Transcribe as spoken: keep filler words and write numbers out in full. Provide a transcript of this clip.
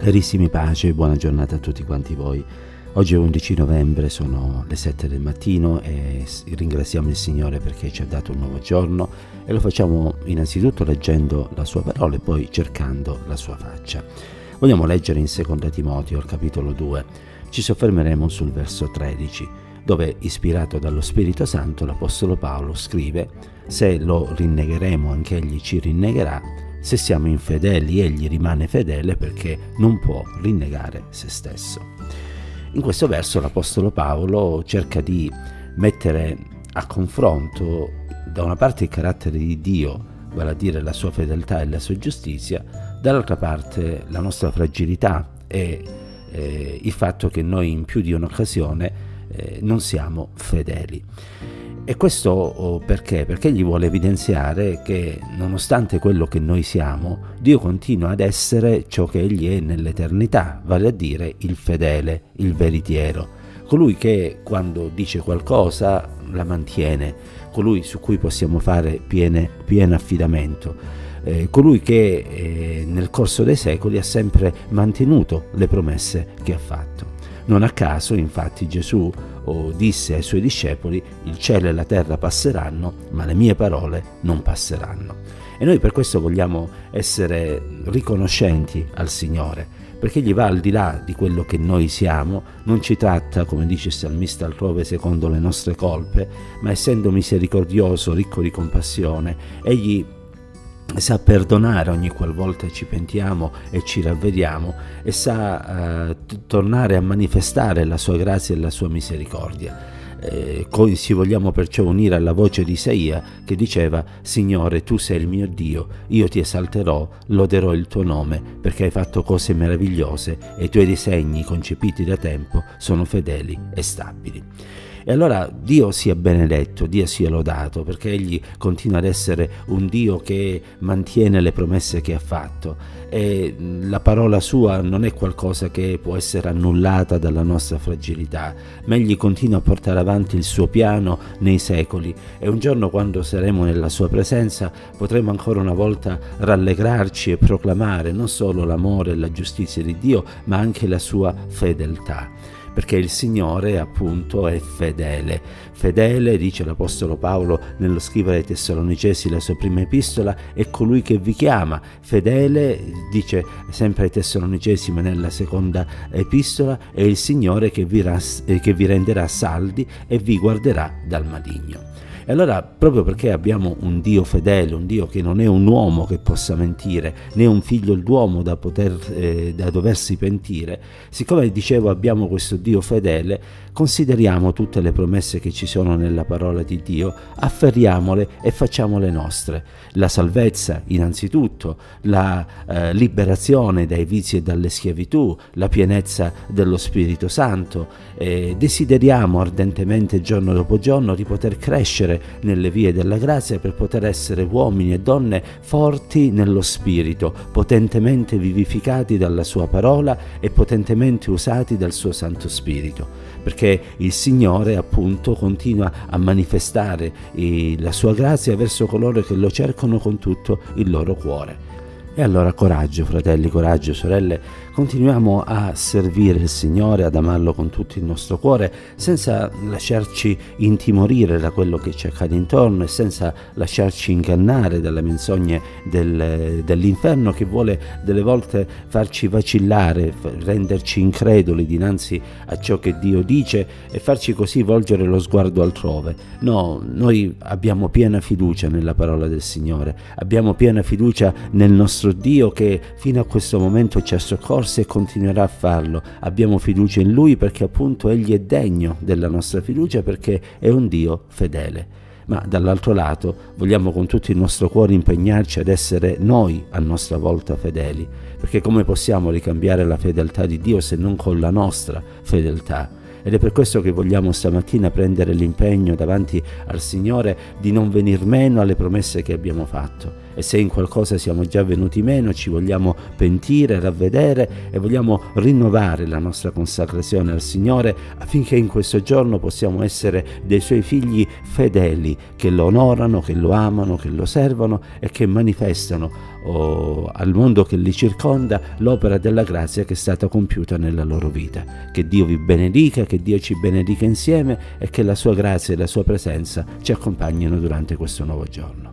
Carissimi pace e buona giornata a tutti quanti voi. Oggi è undici novembre, sono le sette del mattino e ringraziamo il Signore perché ci ha dato un nuovo giorno e lo facciamo innanzitutto leggendo la sua parola e poi cercando la sua faccia. Vogliamo leggere in seconda Timoteo, al capitolo due. Ci soffermeremo sul verso tredici, dove, ispirato dallo Spirito Santo, l'Apostolo Paolo scrive: «Se lo rinnegheremo, anche egli ci rinnegherà. Se siamo infedeli, egli rimane fedele perché non può rinnegare se stesso». In questo verso l'Apostolo Paolo cerca di mettere a confronto da una parte il carattere di Dio, vale a dire la sua fedeltà e la sua giustizia, dall'altra parte la nostra fragilità e eh, il fatto che noi in più di un'occasione eh, non siamo fedeli. E questo oh, perché? Perché egli vuole evidenziare che nonostante quello che noi siamo, Dio continua ad essere ciò che egli è nell'eternità, vale a dire il fedele, il veritiero, colui che quando dice qualcosa la mantiene, colui su cui possiamo fare piene, pieno affidamento, eh, colui che eh, nel corso dei secoli ha sempre mantenuto le promesse che ha fatto. Non a caso, infatti, Gesù oh, disse ai suoi discepoli: «Il cielo e la terra passeranno, ma le mie parole non passeranno». E noi per questo vogliamo essere riconoscenti al Signore, perché Egli va al di là di quello che noi siamo, non ci tratta, come dice il salmista altrove, secondo le nostre colpe, ma essendo misericordioso, ricco di compassione, Egli sa perdonare ogni qualvolta ci pentiamo e ci ravvediamo e sa eh, t- tornare a manifestare la sua grazia e la sua misericordia. Eh, coi ci vogliamo perciò unire alla voce di Isaia che diceva: «Signore, tu sei il mio Dio, io ti esalterò, loderò il tuo nome, perché hai fatto cose meravigliose e i tuoi disegni concepiti da tempo sono fedeli e stabili». E allora Dio sia benedetto, Dio sia lodato, perché Egli continua ad essere un Dio che mantiene le promesse che ha fatto e la parola sua non è qualcosa che può essere annullata dalla nostra fragilità, ma Egli continua a portare avanti il suo piano nei secoli e un giorno, quando saremo nella sua presenza, potremo ancora una volta rallegrarci e proclamare non solo l'amore e la giustizia di Dio, ma anche la sua fedeltà. Perché il Signore appunto è fedele. Fedele, dice l'Apostolo Paolo nello scrivere ai Tessalonicesi la sua prima epistola, è colui che vi chiama. Fedele, dice sempre ai Tessalonicesi ma nella seconda epistola, è il Signore che vi, ras- che vi renderà saldi e vi guarderà dal maligno. E allora, proprio perché abbiamo un Dio fedele, un Dio che non è un uomo che possa mentire, né un figlio d'uomo da, poter, eh, da doversi pentire, siccome dicevo abbiamo questo Dio fedele, consideriamo tutte le promesse che ci sono nella parola di Dio, afferriamole e facciamole nostre. La salvezza innanzitutto, la eh, liberazione dai vizi e dalle schiavitù, la pienezza dello Spirito Santo. Eh, desideriamo ardentemente giorno dopo giorno di poter crescere nelle vie della grazia per poter essere uomini e donne forti nello Spirito, potentemente vivificati dalla sua parola e potentemente usati dal suo Santo Spirito, perché il Signore appunto continua a manifestare eh, la sua grazia verso coloro che lo cercano con tutto il loro cuore. E allora coraggio, fratelli, coraggio, sorelle, continuiamo a servire il Signore, ad amarlo con tutto il nostro cuore, senza lasciarci intimorire da quello che ci accade intorno e senza lasciarci ingannare dalle menzogne del, dell'inferno, che vuole delle volte farci vacillare, renderci increduli dinanzi a ciò che Dio dice e farci così volgere lo sguardo altrove. No, noi abbiamo piena fiducia nella parola del Signore, abbiamo piena fiducia nel nostro Dio che fino a questo momento ci ha soccorsi e continuerà a farlo. Abbiamo fiducia in Lui perché appunto Egli è degno della nostra fiducia, perché è un Dio fedele. Ma dall'altro lato vogliamo con tutto il nostro cuore impegnarci ad essere noi a nostra volta fedeli, perché come possiamo ricambiare la fedeltà di Dio se non con la nostra fedeltà? Ed è per questo che vogliamo stamattina prendere l'impegno davanti al Signore di non venir meno alle promesse che abbiamo fatto e se in qualcosa siamo già venuti meno ci vogliamo pentire, ravvedere e vogliamo rinnovare la nostra consacrazione al Signore affinché in questo giorno possiamo essere dei Suoi figli fedeli che lo onorano, che lo amano, che lo servono e che manifestano oh, al mondo che li circonda l'opera della grazia che è stata compiuta nella loro vita. Che Dio vi benedica, che Dio ci benedica insieme e che la Sua grazia e la Sua presenza ci accompagnino durante questo nuovo giorno.